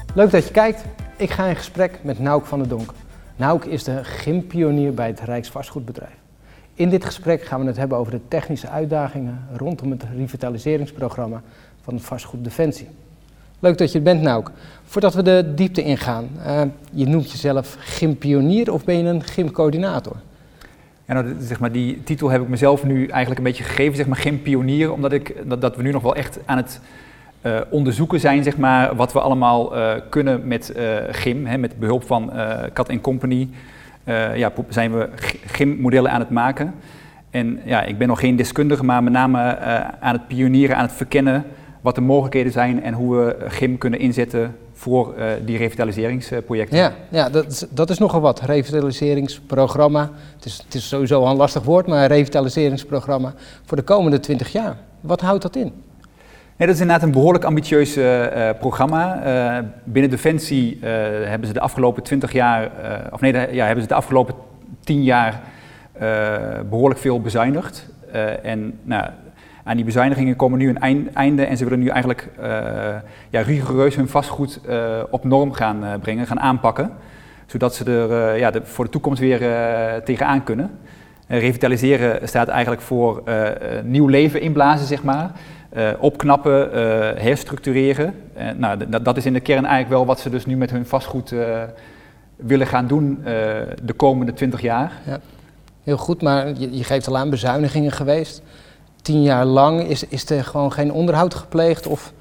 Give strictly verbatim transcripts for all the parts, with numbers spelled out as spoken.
Leuk dat je kijkt. Ik ga in gesprek met Nouk van der Donk. Nouk is de gympionier bij het Rijksvastgoedbedrijf. In dit gesprek gaan we het hebben over de technische uitdagingen rondom het revitaliseringsprogramma van het vastgoed Defensie. Leuk dat je er bent, Nouk. Voordat we de diepte ingaan, uh, je noemt jezelf gympionier of ben je een gymcoördinator? Ja, nou, zeg maar, die titel heb ik mezelf nu eigenlijk een beetje gegeven, zeg maar gympionier, omdat ik, dat, dat we nu nog wel echt aan het uh, onderzoeken zijn, zeg maar, wat we allemaal uh, kunnen met uh, gym, hè, met behulp van uh, Cat en Company. Uh, ja, zijn we gymmodellen aan het maken. En ja, ik ben nog geen deskundige, maar met name uh, aan het pionieren, aan het verkennen wat de mogelijkheden zijn en hoe we gym kunnen inzetten voor uh, die revitaliseringsprojecten. Ja, ja dat, is, dat is nogal wat, revitaliseringsprogramma. Het is, het is sowieso een lastig woord, maar een revitaliseringsprogramma voor de komende twintig jaar. Wat houdt dat in? Nee, dat is inderdaad een behoorlijk ambitieus uh, programma. Uh, binnen Defensie uh, hebben ze de afgelopen twintig jaar, uh, of nee, de, ja, hebben ze de afgelopen tien jaar uh, behoorlijk veel bezuinigd. Uh, en nou, aan die bezuinigingen komen nu een einde en ze willen nu eigenlijk uh, ja, rigoureus hun vastgoed uh, op norm gaan uh, brengen, gaan aanpakken. Zodat ze er uh, ja, de, voor de toekomst weer uh, tegenaan kunnen. Uh, revitaliseren staat eigenlijk voor uh, nieuw leven inblazen, zeg maar. Uh, opknappen, uh, herstructureren. Uh, nou, d- dat is in de kern eigenlijk wel wat ze dus nu met hun vastgoed uh, willen gaan doen uh, de komende twintig jaar. Ja. Heel goed, maar je, je geeft al aan bezuinigingen geweest. Tien jaar lang, is, is er gewoon geen onderhoud gepleegd of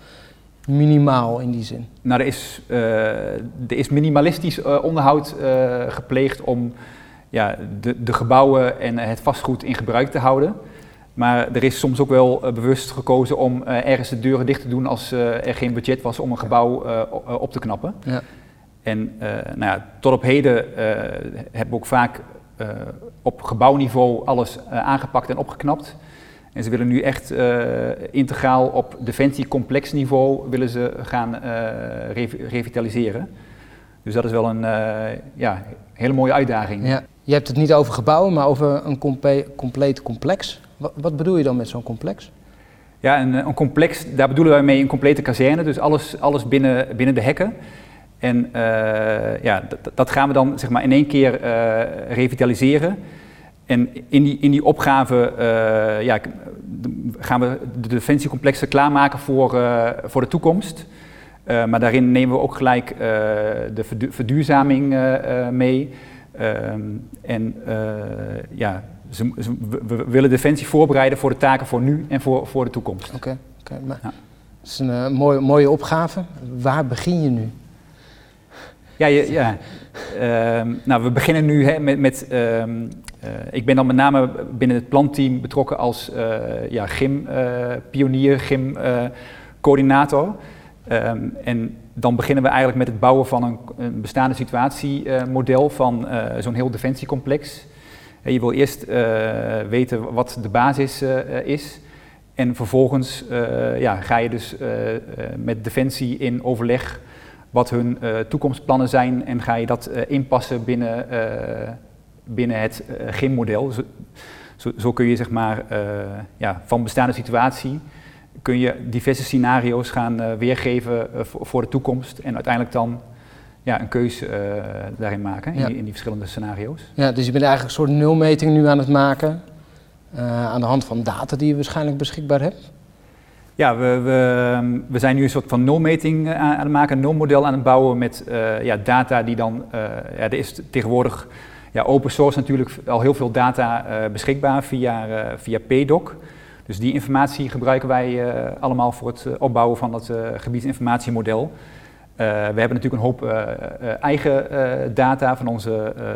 minimaal in die zin? Nou, er is, uh, er is minimalistisch uh, onderhoud uh, gepleegd om ja, de, de gebouwen en het vastgoed in gebruik te houden. Maar er is soms ook wel uh, bewust gekozen om uh, ergens de deuren dicht te doen als uh, er geen budget was om een gebouw uh, op te knappen. Ja. En uh, nou ja, tot op heden uh, hebben we ook vaak uh, op gebouwniveau alles uh, aangepakt en opgeknapt. En ze willen nu echt uh, integraal op defensiecomplexniveau willen ze gaan uh, rev- revitaliseren. Dus dat is wel een uh, ja, hele mooie uitdaging. Ja. Je hebt het niet over gebouwen, maar over een compe- compleet complex. Wat, wat bedoel je dan met zo'n complex? Ja, een, een complex, daar bedoelen wij mee een complete kazerne, dus alles, alles binnen, binnen de hekken. En uh, ja, dat, dat gaan we dan zeg maar in één keer uh, revitaliseren. En in die, in die opgave uh, ja, gaan we de defensiecomplexen klaarmaken voor, uh, voor de toekomst. Uh, maar daarin nemen we ook gelijk uh, de verdu- verduurzaming uh, uh, mee. Uh, en uh, ja, ze, ze, we, we willen Defensie voorbereiden voor de taken voor nu en voor, voor de toekomst. Oké, okay, okay, maar ja. Dat is een uh, mooie, mooie opgave. Waar begin je nu? Ja, ja, ja. Uh, nou, we beginnen nu hè, met, met uh, uh, ik ben dan met name binnen het planteam betrokken als uh, ja, gympionier, uh, gymcoördinator. Uh, um, en dan beginnen we eigenlijk met het bouwen van een, een bestaande situatiemodel uh, van uh, zo'n heel defensiecomplex. Uh, je wil eerst uh, weten wat de basis uh, is. En vervolgens uh, ja, ga je dus uh, uh, met Defensie in overleg wat hun uh, toekomstplannen zijn en ga je dat uh, inpassen binnen, uh, binnen het uh, gymmodel. Zo, zo, zo kun je zeg maar uh, ja, van bestaande situatie kun je diverse scenario's gaan uh, weergeven uh, voor, voor de toekomst en uiteindelijk dan ja, een keuze uh, daarin maken in, ja. die, in die verschillende scenario's. Ja, dus je bent eigenlijk een soort nulmeting nu aan het maken uh, aan de hand van data die je waarschijnlijk beschikbaar hebt. Ja, we, we, we zijn nu een soort van nulmeting aan, aan het maken, een nulmodel aan het bouwen met uh, ja, data die dan, uh, ja, er is tegenwoordig ja, open source natuurlijk al heel veel data uh, beschikbaar via, uh, via P D O C. Dus die informatie gebruiken wij uh, allemaal voor het uh, opbouwen van dat uh, gebiedsinformatiemodel. Uh, we hebben natuurlijk een hoop uh, uh, eigen uh, data van onze uh,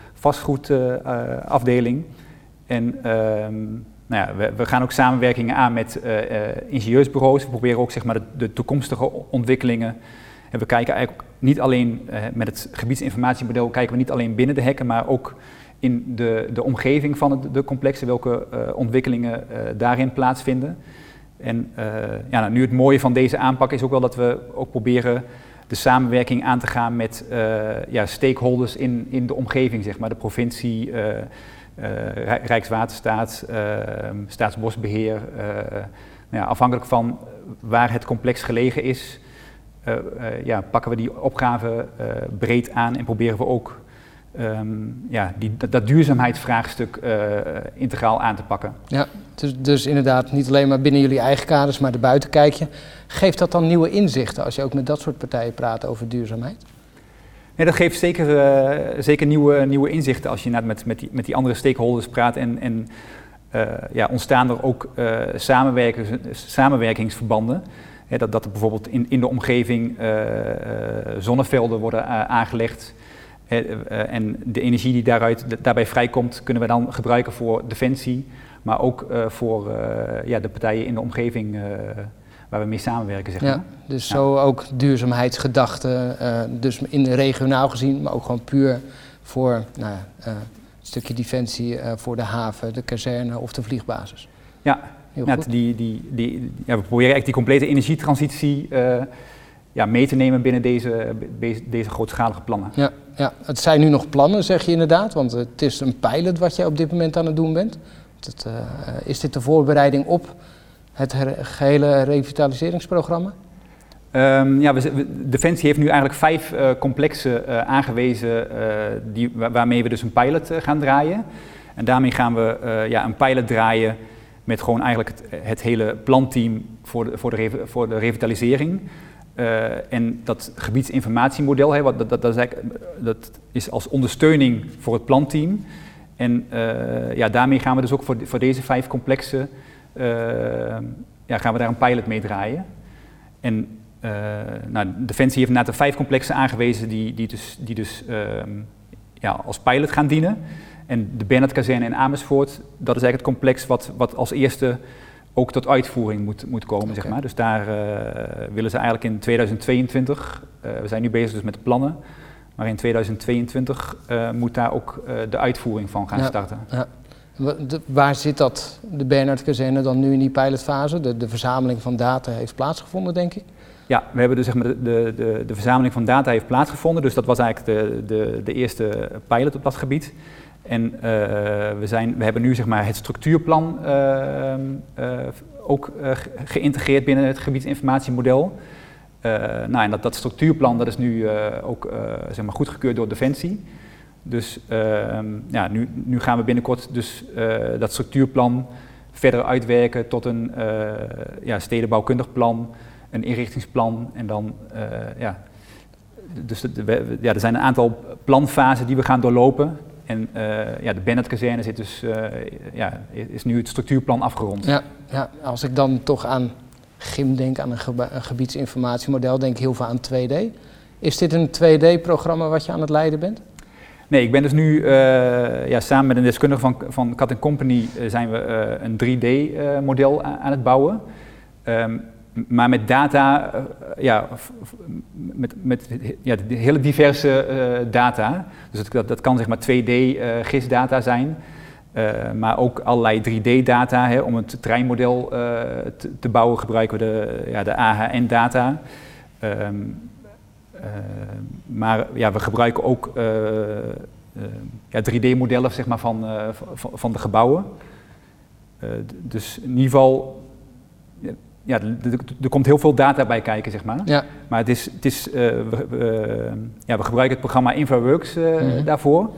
vastgoedafdeling. Uh, en uh, nou ja, we, we gaan ook samenwerkingen aan met uh, uh, ingenieursbureaus. We proberen ook zeg maar, de, de toekomstige ontwikkelingen. En we kijken eigenlijk niet alleen uh, met het gebiedsinformatiemodel, kijken we niet alleen binnen de hekken, maar ook in de, de omgeving van het, de complexen, welke uh, ontwikkelingen uh, daarin plaatsvinden. En uh, ja, nou, nu het mooie van deze aanpak is ook wel dat we ook proberen de samenwerking aan te gaan met uh, ja, stakeholders in, in de omgeving, zeg maar, de provincie, uh, uh, Rijkswaterstaat, uh, Staatsbosbeheer. Uh, nou ja, afhankelijk van waar het complex gelegen is, uh, uh, ja, pakken we die opgave uh, breed aan en proberen we ook um, ja, die, dat, dat duurzaamheidsvraagstuk uh, integraal aan te pakken. Ja, dus, dus inderdaad niet alleen maar binnen jullie eigen kaders, maar de buitenkijkje. Geeft dat dan nieuwe inzichten als je ook met dat soort partijen praat over duurzaamheid? Nee, dat geeft zeker, uh, zeker nieuwe, nieuwe inzichten als je met, met, die, met die andere stakeholders praat. En, en uh, ja, ontstaan er ook uh, samenwerkingsverbanden. He, dat, dat er bijvoorbeeld in, in de omgeving uh, uh, zonnevelden worden uh, aangelegd. He, uh, en de energie die daaruit, daarbij vrijkomt, kunnen we dan gebruiken voor defensie. Maar ook uh, voor uh, ja, de partijen in de omgeving uh, waar we mee samenwerken, zeg maar. Ja, dus ja. Zo ook duurzaamheidsgedachten, uh, dus in regionaal gezien, maar ook gewoon puur voor nou, uh, een stukje defensie uh, voor de haven, de kazerne of de vliegbasis. Ja, nou, die, die, die, ja, we proberen eigenlijk die complete energietransitie uh, ja, mee te nemen binnen deze, deze grootschalige plannen. Ja, ja, het zijn nu nog plannen, zeg je inderdaad, want het is een pilot wat jij op dit moment aan het doen bent. Het, uh, is dit de voorbereiding op het gehele revitaliseringsprogramma? Um, ja, we, Defensie heeft nu eigenlijk vijf uh, complexen uh, aangewezen uh, die, waarmee we dus een pilot uh, gaan draaien. En daarmee gaan we uh, ja, een pilot draaien met gewoon eigenlijk het, het hele planteam voor de, voor de, voor de revitalisering. Uh, en dat gebiedsinformatiemodel, hè, wat, dat, dat, dat, is eigenlijk, dat is als ondersteuning voor het planteam. En uh, ja, daarmee gaan we dus ook voor, voor deze vijf complexen uh, ja, gaan we daar een pilot mee draaien. En uh, nou, Defensie heeft inderdaad de vijf complexen aangewezen die, die dus, die dus uh, ja, als pilot gaan dienen. En de Bernhardkazerne in Amersfoort, dat is eigenlijk het complex wat, wat als eerste ook tot uitvoering moet, moet komen, okay. zeg maar. Dus daar uh, willen ze eigenlijk in tweeduizend tweeëntwintig, uh, we zijn nu bezig dus met de plannen, maar in tweeduizend tweeëntwintig uh, moet daar ook uh, de uitvoering van gaan ja, starten. Ja. De, waar zit dat, de Bernhardkazerne, dan nu in die pilotfase? De, de verzameling van data heeft plaatsgevonden, denk ik? Ja, we hebben dus zeg maar de, de, de, de verzameling van data heeft plaatsgevonden, dus dat was eigenlijk de, de, de eerste pilot op dat gebied. En uh, we, zijn, we hebben nu zeg maar, het structuurplan uh, uh, ook uh, geïntegreerd binnen het gebiedsinformatiemodel. Uh, nou, en dat, dat structuurplan dat is nu uh, ook uh, zeg maar, goedgekeurd door Defensie. Dus uh, ja, nu, nu gaan we binnenkort dus, uh, dat structuurplan verder uitwerken tot een uh, ja, stedenbouwkundig plan, een inrichtingsplan en dan uh, ja, dus de, de, ja, er zijn een aantal planfasen die we gaan doorlopen. En uh, ja, de Bernhardkazerne zit dus, uh, ja, is nu het structuurplan afgerond. Ja, ja, als ik dan toch aan G I M denk, aan een, geba- een gebiedsinformatiemodel, denk ik heel veel aan twee D. Is dit een twee D-programma wat je aan het leiden bent? Nee, ik ben dus nu, uh, ja, samen met een deskundige van, van Cat and Company uh, zijn we uh, een drie D-model uh, aan het bouwen. Um, Maar met data, uh, ja, f- f- met, met ja, de hele diverse uh, data. Dus dat, dat kan zeg maar twee D uh, G I S-data zijn, uh, maar ook allerlei drie D-data. Hè. Om het treinmodel uh, te, te bouwen gebruiken we de, ja, de A H N-data. Um, uh, maar ja, we gebruiken ook uh, uh, ja, drie D-modellen zeg maar, van, uh, van, van de gebouwen. Uh, d- dus in ieder geval... Ja, Ja, er komt heel veel data bij kijken, zeg maar. Ja. Maar het is, het is, uh, we, we, ja, we gebruiken het programma InfraWorks uh, mm-hmm. daarvoor.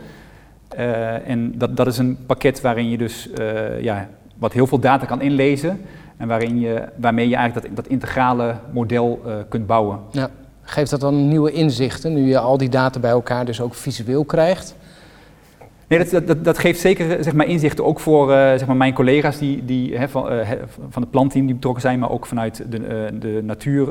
Uh, en dat, dat is een pakket waarin je dus uh, ja, wat heel veel data kan inlezen. En waarin je, waarmee je eigenlijk dat, dat integrale model uh, kunt bouwen. Ja. Geeft dat dan nieuwe inzichten, nu je al die data bij elkaar dus ook visueel krijgt? Nee, dat, dat, dat geeft zeker zeg maar, inzichten ook voor uh, zeg maar, mijn collega's die, die, hè, van, uh, van het planteam die betrokken zijn, maar ook vanuit de, uh, de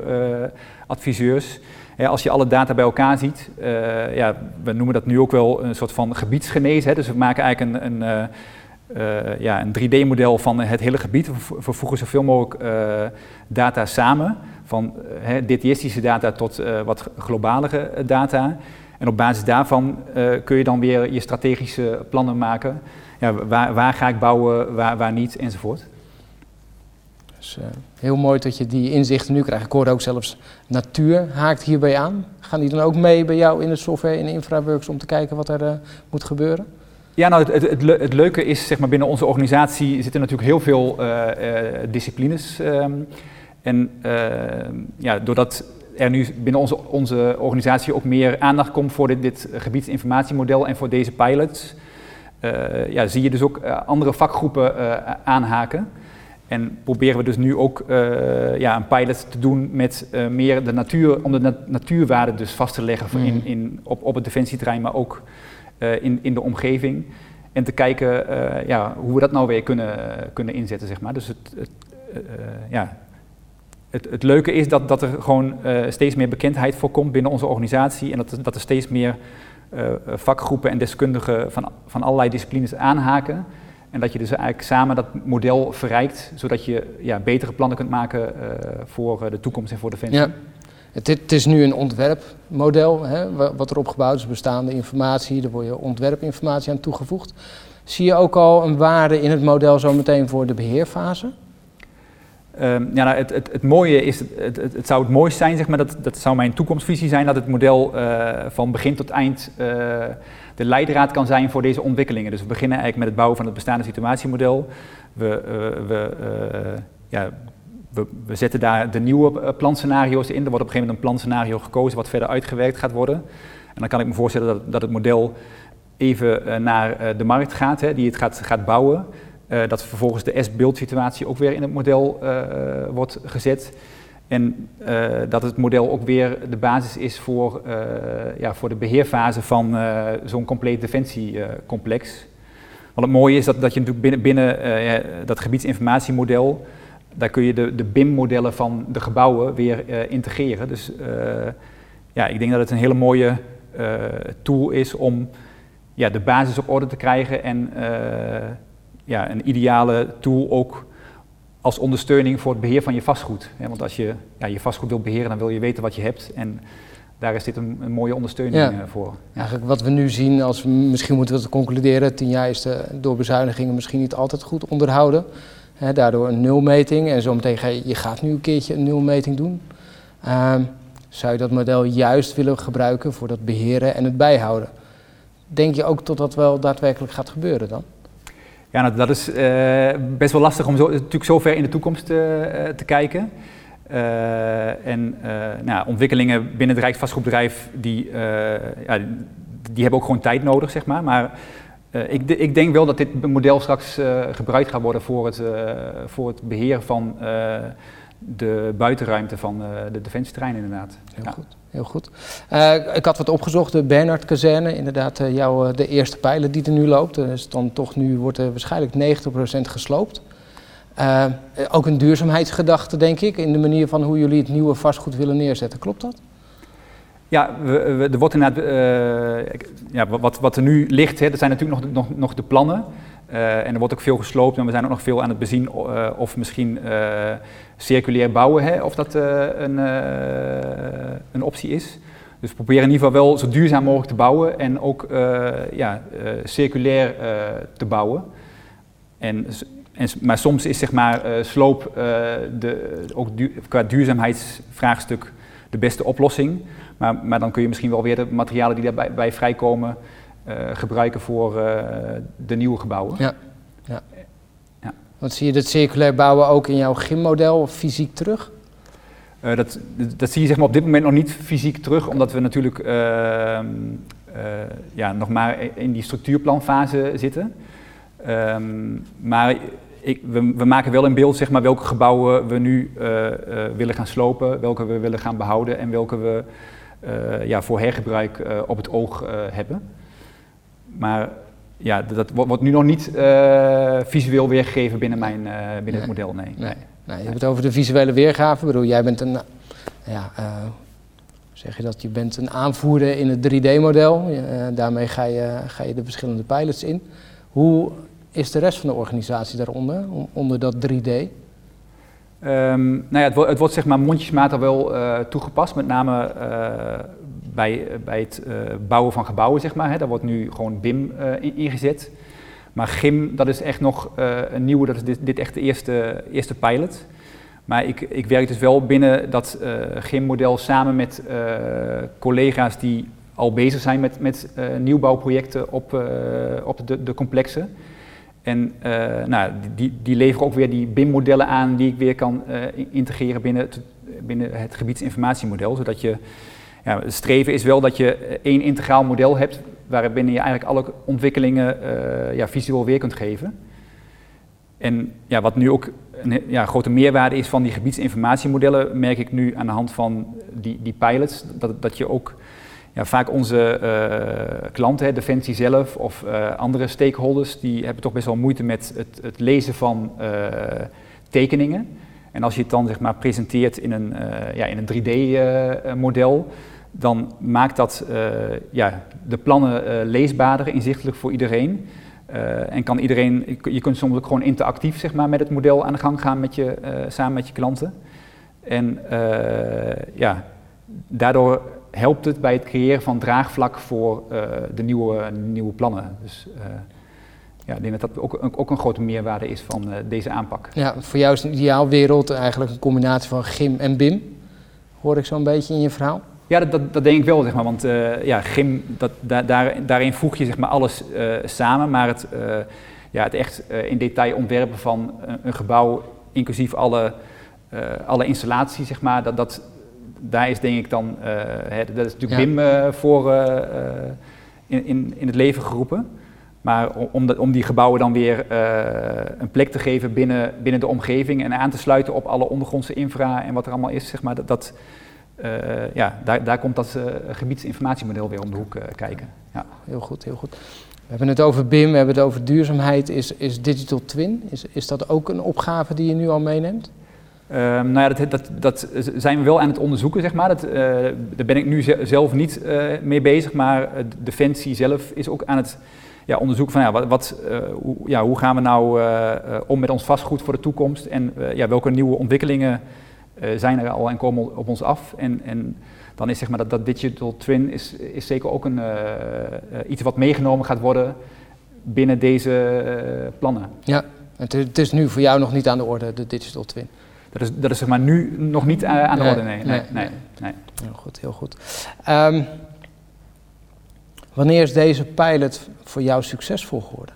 natuuradviseurs. Uh, als je alle data bij elkaar ziet, uh, ja, we noemen dat nu ook wel een soort van gebiedsgenees. Hè, dus we maken eigenlijk een, een, uh, uh, ja, een drie D-model van het hele gebied. We, we voegen zoveel mogelijk uh, data samen, van uh, detaillistische data tot uh, wat globalere data. En op basis daarvan uh, kun je dan weer je strategische plannen maken. Ja, waar, waar ga ik bouwen, waar, waar niet, enzovoort. Dus uh, heel mooi dat je die inzichten nu krijgt. Ik hoorde ook zelfs natuur haakt hierbij aan. Gaan die dan ook mee bij jou in de software, in InfraWorks, om te kijken wat er uh, moet gebeuren? Ja, nou, het, het, het, het leuke is, zeg maar, binnen onze organisatie zitten natuurlijk heel veel uh, uh, disciplines. Um, en uh, ja, doordat er nu binnen onze, onze organisatie ook meer aandacht komt voor dit, dit gebiedsinformatiemodel en voor deze pilots, uh, ja, zie je dus ook uh, andere vakgroepen uh, aanhaken. En proberen we dus nu ook uh, ja, een pilot te doen met uh, meer de natuur, om de nat- natuurwaarde dus vast te leggen mm. in, in, op, op het defensieterrein, maar ook uh, in, in de omgeving. En te kijken uh, ja, hoe we dat nou weer kunnen, uh, kunnen inzetten, zeg maar. Dus het, het, uh, ja, het, het leuke is dat, dat er gewoon uh, steeds meer bekendheid voorkomt binnen onze organisatie en dat, dat er steeds meer uh, vakgroepen en deskundigen van, van allerlei disciplines aanhaken. En dat je dus eigenlijk samen dat model verrijkt, zodat je ja, betere plannen kunt maken uh, voor uh, de toekomst en voor Defensie. Ja. Het, het is nu een ontwerpmodel, hè, wat erop gebouwd is, bestaande informatie, er wordt je ontwerpinformatie aan toegevoegd. Zie je ook al een waarde in het model zo meteen voor de beheerfase? Um, ja, nou, het, het, het mooie is, het, het, het zou het mooist zijn, zeg maar, dat, dat zou mijn toekomstvisie zijn, dat het model uh, van begin tot eind uh, de leidraad kan zijn voor deze ontwikkelingen. Dus we beginnen eigenlijk met het bouwen van het bestaande situatiemodel. We, uh, we, uh, ja, we, we zetten daar de nieuwe planscenario's in. Er wordt op een gegeven moment een planscenario gekozen wat verder uitgewerkt gaat worden. En dan kan ik me voorstellen dat, dat het model even uh, naar uh, de markt gaat, hè, die het gaat, gaat bouwen. Uh, dat vervolgens de S-beeld situatie ook weer in het model uh, wordt gezet. En uh, dat het model ook weer de basis is voor, uh, ja, voor de beheerfase van uh, zo'n compleet defensiecomplex. Uh, Want het mooie is dat, dat je natuurlijk binnen, binnen uh, ja, dat gebiedsinformatiemodel, daar kun je de, de B I M-modellen van de gebouwen weer uh, integreren. Dus uh, ja, ik denk dat het een hele mooie uh, tool is om ja, de basis op orde te krijgen en uh, ja, een ideale tool ook als ondersteuning voor het beheer van je vastgoed. Ja, want als je ja, je vastgoed wil beheren, dan wil je weten wat je hebt. En daar is dit een, een mooie ondersteuning ja. uh, voor. Ja. Eigenlijk wat we nu zien, als we, misschien moeten we het concluderen, tien jaar is de, door bezuinigingen misschien niet altijd goed onderhouden. He, daardoor een nulmeting en zometeen ga je, je gaat nu een keertje een nulmeting doen. Uh, zou je dat model juist willen gebruiken voor dat beheren en het bijhouden? Denk je ook tot dat wel daadwerkelijk gaat gebeuren dan? Ja, nou, dat is uh, best wel lastig om zo, natuurlijk zo ver in de toekomst uh, te kijken. Uh, en uh, nou, ontwikkelingen binnen het Rijksvastgoedbedrijf, die, uh, ja, die hebben ook gewoon tijd nodig, zeg maar. Maar uh, ik, ik denk wel dat dit model straks uh, gebruikt gaat worden voor het, uh, voor het beheer van uh, de buitenruimte van uh, de defensieterrein inderdaad. Heel ja. goed. Heel goed. Uh, ik had wat opgezocht, de Bernhard-kazerne, inderdaad uh, jouw, uh, de eerste pilot die er nu loopt. Dus dan toch nu wordt er waarschijnlijk negentig procent gesloopt. Uh, ook een duurzaamheidsgedachte, denk ik, in de manier van hoe jullie het nieuwe vastgoed willen neerzetten. Klopt dat? Ja, we, we, er wordt inderdaad, uh, ja, wat, wat er nu ligt, hè, er zijn natuurlijk nog, nog, nog de plannen. Uh, en er wordt ook veel gesloopt en we zijn ook nog veel aan het bezien uh, of misschien uh, circulair bouwen, hè, of dat uh, een, uh, een optie is. Dus we proberen in ieder geval wel zo duurzaam mogelijk te bouwen en ook uh, ja, uh, circulair uh, te bouwen. En, en, maar soms is zeg maar uh, sloop uh, de, ook du- qua duurzaamheidsvraagstuk de beste oplossing. Maar, maar dan kun je misschien wel weer de materialen die daarbij bij vrijkomen Uh, gebruiken voor uh, de nieuwe gebouwen. Ja. Ja. Ja. Want zie je dat circulair bouwen ook in jouw G I M-model fysiek terug? Uh, dat, dat zie je zeg maar, op dit moment nog niet fysiek terug, omdat we natuurlijk uh, uh, ja, nog maar in die structuurplanfase zitten. Um, maar ik, we, we maken wel in beeld zeg maar, welke gebouwen we nu uh, uh, willen gaan slopen, welke we willen gaan behouden en welke we uh, ja, voor hergebruik uh, op het oog uh, hebben. Maar ja, dat wordt nu nog niet uh, visueel weergegeven binnen, mijn, uh, binnen nee. het model, nee. nee. nee je hebt het over de visuele weergave. Ik bedoel, jij bent een, ja, uh, zeg je dat, je bent een aanvoerder in het drie D-model. Uh, daarmee ga je, ga je de verschillende pilots in. Hoe is de rest van de organisatie daaronder, onder dat drie D? Um, nou ja, het, wordt, het wordt zeg maar mondjesmaat al wel uh, toegepast, met name uh, bij, bij het uh, bouwen van gebouwen, zeg maar. Hè. Daar wordt nu gewoon B I M uh, in, ingezet. Maar G I M, dat is echt nog uh, een nieuwe, dat is dit, dit echt de eerste, eerste pilot. Maar ik, ik werk dus wel binnen dat uh, G I M-model samen met uh, collega's die al bezig zijn met, met uh, nieuwbouwprojecten op, uh, op de, de complexen. En uh, nou, die, die leveren ook weer die B I M-modellen aan die ik weer kan uh, integreren binnen het, binnen het gebiedsinformatiemodel, zodat je, ja, het streven is wel dat je één integraal model hebt waarbinnen je eigenlijk alle ontwikkelingen uh, ja, visueel weer kunt geven. En ja, wat nu ook een ja, grote meerwaarde is van die gebiedsinformatiemodellen, merk ik nu aan de hand van die, die pilots, dat, dat je ook ja, vaak onze uh, klanten, hè, Defensie zelf of uh, andere stakeholders, die hebben toch best wel moeite met het, het lezen van uh, tekeningen. En als je het dan zeg maar presenteert in een, uh, ja, in een drie D-model, uh, dan maakt dat uh, ja, de plannen uh, leesbaarder, inzichtelijk voor iedereen. Uh, en kan iedereen, je kunt soms ook gewoon interactief zeg maar, met het model aan de gang gaan met je, uh, samen met je klanten. En uh, ja, daardoor helpt het bij het creëren van draagvlak voor uh, de nieuwe, nieuwe plannen. Dus uh, ja, ik denk dat dat ook, ook een grote meerwaarde is van uh, deze aanpak. Ja, voor jou is een ideaalwereld eigenlijk een combinatie van Gim en B I M, hoor ik zo'n beetje in je verhaal. Ja, dat, dat, dat denk ik wel, zeg maar, want uh, ja, Gim, dat, da, daar, daarin voeg je zeg maar, alles uh, samen, maar het, uh, ja, het echt uh, in detail ontwerpen van een, een gebouw, inclusief alle, uh, alle installaties, zeg maar, dat, dat, daar is denk ik dan, uh, hè, dat is natuurlijk ja. B I M uh, voor uh, in, in, in het leven geroepen. Maar om, de, om die gebouwen dan weer uh, een plek te geven binnen, binnen de omgeving en aan te sluiten op alle ondergrondse infra en wat er allemaal is, zeg maar, dat, dat Uh, ja, daar, daar komt dat uh, gebiedsinformatiemodel weer om de hoek uh, kijken. Ja. Heel goed, heel goed. We hebben het over B I M, we hebben het over duurzaamheid. Is, is Digital Twin, is, is dat ook een opgave die je nu al meeneemt? Uh, nou ja, dat, dat, dat zijn we wel aan het onderzoeken, zeg maar. Dat, uh, daar ben ik nu zelf niet uh, mee bezig, maar uh, Defensie zelf is ook aan het ja, onderzoeken van ja, wat, wat, uh, hoe, ja, hoe gaan we nou uh, uh, om met ons vastgoed voor de toekomst en uh, ja, welke nieuwe ontwikkelingen Uh, zijn er al en komen op ons af. En, en dan is zeg maar dat, dat Digital Twin is, is zeker ook een, uh, uh, iets wat meegenomen gaat worden binnen deze uh, plannen. Ja, het is, het is nu voor jou nog niet aan de orde, de Digital Twin. Dat is, dat is zeg maar nu nog niet uh, aan de nee, orde, nee. nee, nee, nee, nee. Heel goed, heel goed. Um, wanneer is deze pilot voor jou succesvol geworden?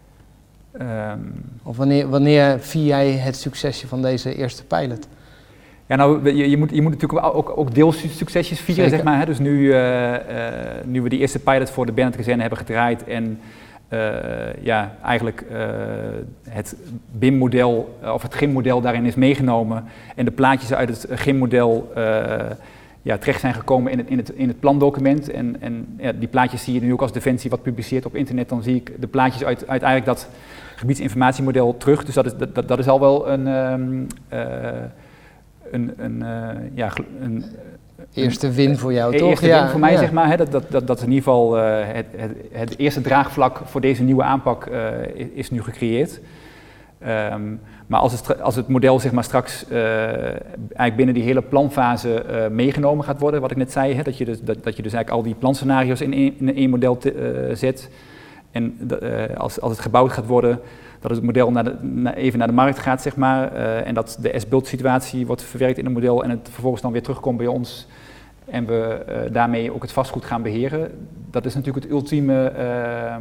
Um, of wanneer, wanneer vier jij het succesje van deze eerste pilot? Ja, nou, je, je, moet, je moet natuurlijk ook, ook deelsuccesjes vieren, Zeker. zeg maar. Hè? Dus nu, uh, uh, nu we die eerste pilot voor de Bernard-kazerne hebben gedraaid en uh, ja, eigenlijk uh, het B I M-model of het Gim-model daarin is meegenomen en de plaatjes uit het Gim-model uh, ja, terecht zijn gekomen in het, in het, in het plandocument. En, en ja, die plaatjes zie je nu ook als Defensie wat publiceert op internet, dan zie ik de plaatjes uit, uit eigenlijk dat gebiedsinformatiemodel terug. Dus dat is, dat, dat is al wel een... Um, uh, Een, een, uh, ja, een, eerste win voor jou, een, toch? Eerste ja, win voor mij, ja. zeg maar. Hè, dat, dat, dat, dat in ieder geval uh, het, het, het eerste draagvlak voor deze nieuwe aanpak uh, is, is nu gecreëerd. Um, maar als het, als het model zeg maar, straks uh, eigenlijk binnen die hele planfase uh, meegenomen gaat worden, wat ik net zei, hè, dat, je dus, dat, dat je dus eigenlijk al die planscenario's in één, in één model te, uh, zet. En uh, als, als het gebouwd gaat worden, dat het model naar de, na, even naar de markt gaat, zeg maar, uh, en dat de as-built situatie wordt verwerkt in het model en het vervolgens dan weer terugkomt bij ons en we uh, daarmee ook het vastgoed gaan beheren. Dat is natuurlijk het ultieme uh,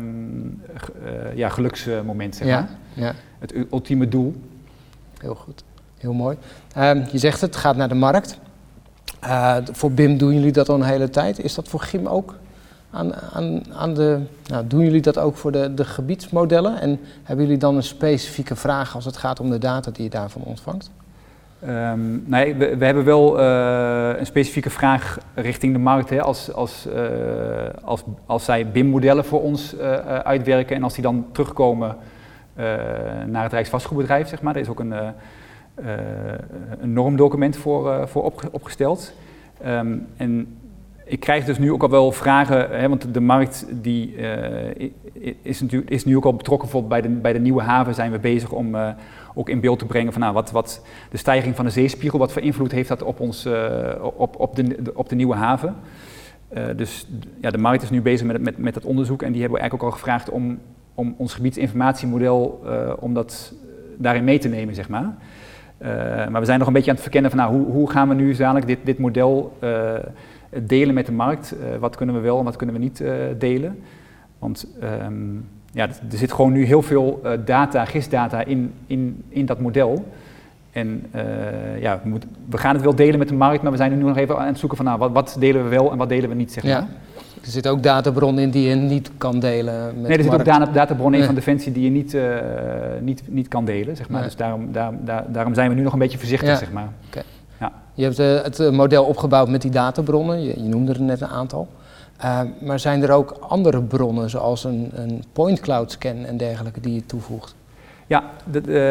uh, ja, geluksmoment, zeg maar. Ja, ja. Het ultieme doel. Heel goed, heel mooi. Um, je zegt het, het gaat naar de markt. Uh, voor B I M doen jullie dat al een hele tijd. Is dat voor Gim ook? Aan, aan, aan de, nou, doen jullie dat ook voor de, de gebiedsmodellen? En hebben jullie dan een specifieke vraag als het gaat om de data die je daarvan ontvangt? Um, nee, we, we hebben wel uh, een specifieke vraag richting de markt. Hè, als, als, uh, als, als zij B I M-modellen voor ons uh, uitwerken en als die dan terugkomen uh, naar het Rijksvastgoedbedrijf, zeg maar. Er is ook een, uh, uh, een normdocument voor, uh, voor opge- opgesteld. Um, en Ik krijg dus nu ook al wel vragen, hè, want de markt die, uh, is, natuurlijk, is nu ook al betrokken. Bijvoorbeeld bij de, bij de nieuwe haven zijn we bezig om uh, ook in beeld te brengen van nou, wat, wat de stijging van de zeespiegel, wat voor invloed heeft dat op, ons, uh, op, op, de, op de nieuwe haven. Uh, dus ja, de markt is nu bezig met, met, met dat onderzoek en die hebben we eigenlijk ook al gevraagd om, om ons gebiedsinformatiemodel, uh, om dat daarin mee te nemen, zeg maar. Uh, maar we zijn nog een beetje aan het verkennen van nou, hoe, hoe gaan we nu dadelijk dit, dit model uh, delen met de markt. Uh, wat kunnen we wel en wat kunnen we niet uh, delen. Want um, ja, er zit gewoon nu heel veel uh, data, gistdata in, in, in dat model. En uh, ja, we, moet, we gaan het wel delen met de markt, maar we zijn nu nog even aan het zoeken van nou, wat, wat delen we wel en wat delen we niet, zeg maar. Ja. Er zitten ook databronnen in die je niet kan delen met Nee, er zitten ook data, databronnen in nee. van Defensie die je niet, uh, niet, niet kan delen, zeg maar. Nee. Dus daarom, daar, daar, daarom zijn we nu nog een beetje voorzichtig, ja. zeg maar. Okay. Ja. Je hebt uh, het model opgebouwd met die databronnen, je, je noemde er net een aantal. Uh, maar zijn er ook andere bronnen, zoals een, een point cloud scan en dergelijke, die je toevoegt? Ja, de, uh,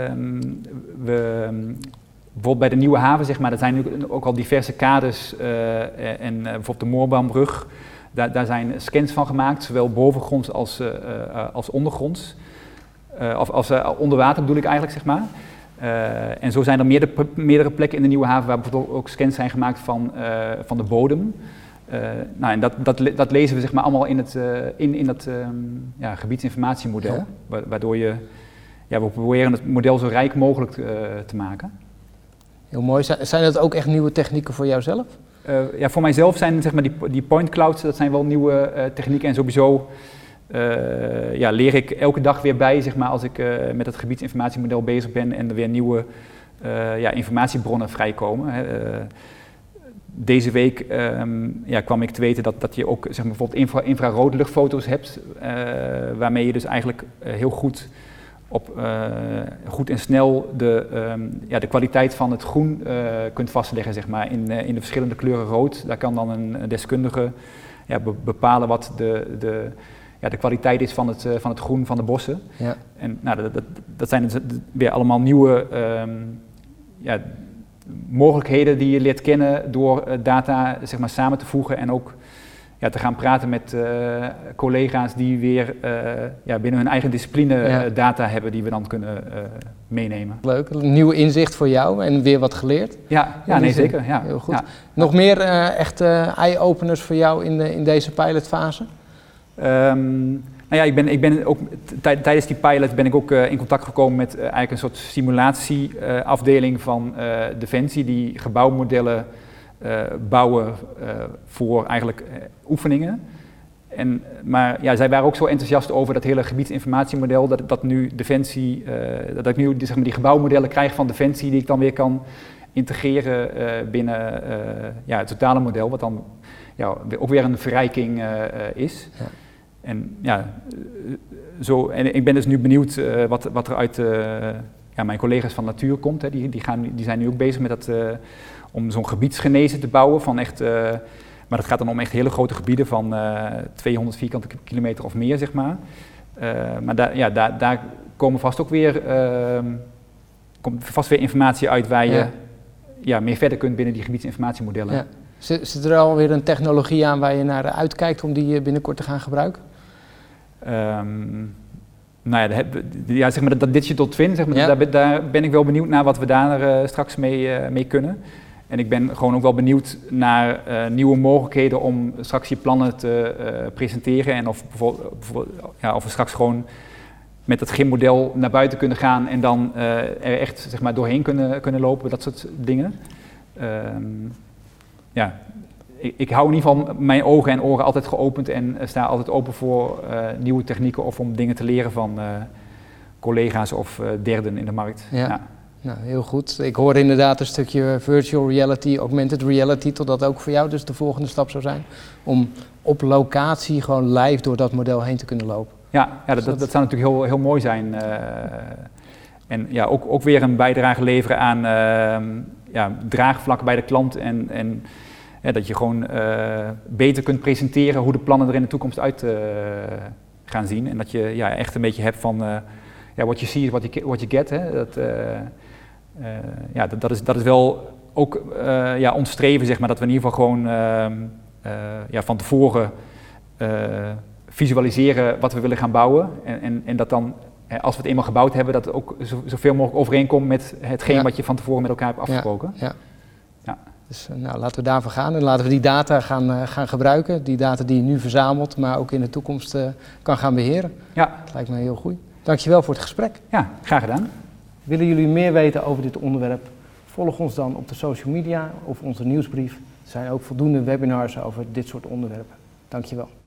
we, bijvoorbeeld bij de Nieuwe Haven, zeg maar, er zijn nu ook al diverse kaders uh, en uh, bijvoorbeeld de Moorbaanbrug, daar, daar zijn scans van gemaakt, zowel bovengronds als, uh, uh, als ondergronds. Uh, of als uh, onder water bedoel ik eigenlijk, zeg maar. Uh, en zo zijn er meerdere, meerdere plekken in de Nieuwe Haven waar bijvoorbeeld ook scans zijn gemaakt van, uh, van de bodem. Uh, nou, en dat, dat, dat lezen we zeg maar allemaal in, het, uh, in, in dat um, ja, gebiedsinformatiemodel, ja. wa waardoor je, ja, we proberen het model zo rijk mogelijk uh, te maken. Heel mooi. Zijn dat ook echt nieuwe technieken voor jouzelf? Uh, ja, voor mijzelf zijn zeg maar, die, die point clouds, dat zijn wel nieuwe uh, technieken en sowieso uh, ja, leer ik elke dag weer bij, zeg maar, als ik uh, met het gebiedsinformatiemodel bezig ben en er weer nieuwe uh, ja, informatiebronnen vrijkomen. Hè. Uh, Deze week um, ja, kwam ik te weten dat, dat je ook zeg maar, bijvoorbeeld infra, infraroodluchtfoto's hebt, uh, waarmee je dus eigenlijk uh, heel goed, op, uh, goed en snel de, um, ja, de kwaliteit van het groen uh, kunt vastleggen, zeg maar, in, uh, in de verschillende kleuren rood. Daar kan dan een deskundige ja, be bepalen wat de, de, ja, de kwaliteit is van het, uh, van het groen van de bossen. Ja. En nou, dat, dat, dat zijn dus weer allemaal nieuwe um, ja, mogelijkheden die je leert kennen door uh, data zeg maar, samen te voegen en ook ja, te gaan praten met uh, collega's die weer uh, ja, binnen hun eigen discipline ja. uh, data hebben die we dan kunnen uh, meenemen. Leuk, een nieuw inzicht voor jou en weer wat geleerd. Ja, ja nee zeker. Ja. Heel goed. Ja. Nog meer uh, echt uh, eye-openers voor jou in, de, in deze pilotfase? Um, Nou ja, ik ben, ik ben ook tijdens die pilot ben ik ook uh, in contact gekomen met uh, eigenlijk een soort simulatieafdeling uh, van uh, Defensie die gebouwmodellen uh, bouwen uh, voor eigenlijk uh, oefeningen. En, maar ja, zij waren ook zo enthousiast over dat hele gebiedsinformatiemodel dat, dat nu Defensie, uh, dat ik nu zeg maar, die gebouwmodellen krijg van Defensie die ik dan weer kan integreren uh, binnen uh, ja, het totale model, wat dan ja, ook weer een verrijking uh, uh, is. Ja. En ja, zo, en ik ben dus nu benieuwd uh, wat, wat er uit uh, ja, mijn collega's van Natuur komt. Hè. Die, die, gaan, die zijn nu ook bezig met dat, uh, om zo'n gebiedsgenezen te bouwen. Van echt, uh, maar dat gaat dan om echt hele grote gebieden van uh, tweehonderd vierkante kilometer of meer, zeg maar. Uh, maar da, ja, da, daar komen vast ook weer, uh, komt vast weer informatie uit waar je ja. Ja, meer verder kunt binnen die gebiedsinformatiemodellen. Ja. Zit er alweer een technologie aan waar je naar uitkijkt om die binnenkort te gaan gebruiken? Um, nou ja, de, ja, zeg maar dat digital twin, zeg maar, ja. daar, daar ben ik wel benieuwd naar wat we daar uh, straks mee, uh, mee kunnen. En ik ben gewoon ook wel benieuwd naar uh, nieuwe mogelijkheden om straks je plannen te uh, presenteren. En of, bijvoorbeeld, bijvoorbeeld, ja, of we straks gewoon met het G I M-model naar buiten kunnen gaan en dan uh, er echt zeg maar, doorheen kunnen, kunnen lopen, dat soort dingen. Um, ja, ik, ik hou in ieder geval mijn ogen en oren altijd geopend en uh, sta altijd open voor uh, nieuwe technieken of om dingen te leren van uh, collega's of uh, derden in de markt. Ja. Ja. Nou, heel goed. Ik hoor inderdaad een stukje virtual reality, augmented reality, tot dat ook voor jou dus de volgende stap zou zijn. Om op locatie gewoon live door dat model heen te kunnen lopen. Ja, ja dat, dat, dat zou natuurlijk heel, heel mooi zijn. Uh, en ja, ook, ook weer een bijdrage leveren aan uh, ja, draagvlak bij de klant en, en ja, dat je gewoon uh, beter kunt presenteren hoe de plannen er in de toekomst uit uh, gaan zien. En dat je ja, echt een beetje hebt van uh, ja, what you see is what you, what you get. Hè. Dat, uh, uh, ja, dat, dat, is, dat is wel ook uh, ja, ons streven, zeg maar, dat we in ieder geval gewoon uh, uh, ja, van tevoren uh, visualiseren wat we willen gaan bouwen. En, en, en dat dan, als we het eenmaal gebouwd hebben, dat het ook zo, zoveel mogelijk overeenkomt met hetgeen ja. wat je van tevoren met elkaar hebt afgesproken. Ja, ja. Ja. Dus nou, laten we daarvoor gaan en laten we die data gaan, uh, gaan gebruiken. Die data die je nu verzamelt, maar ook in de toekomst uh, kan gaan beheren. Ja. Dat lijkt me heel goed. Dankjewel voor het gesprek. Ja, graag gedaan. Willen jullie meer weten over dit onderwerp? Volg ons dan op de social media of onze nieuwsbrief. Er zijn ook voldoende webinars over dit soort onderwerpen. Dankjewel.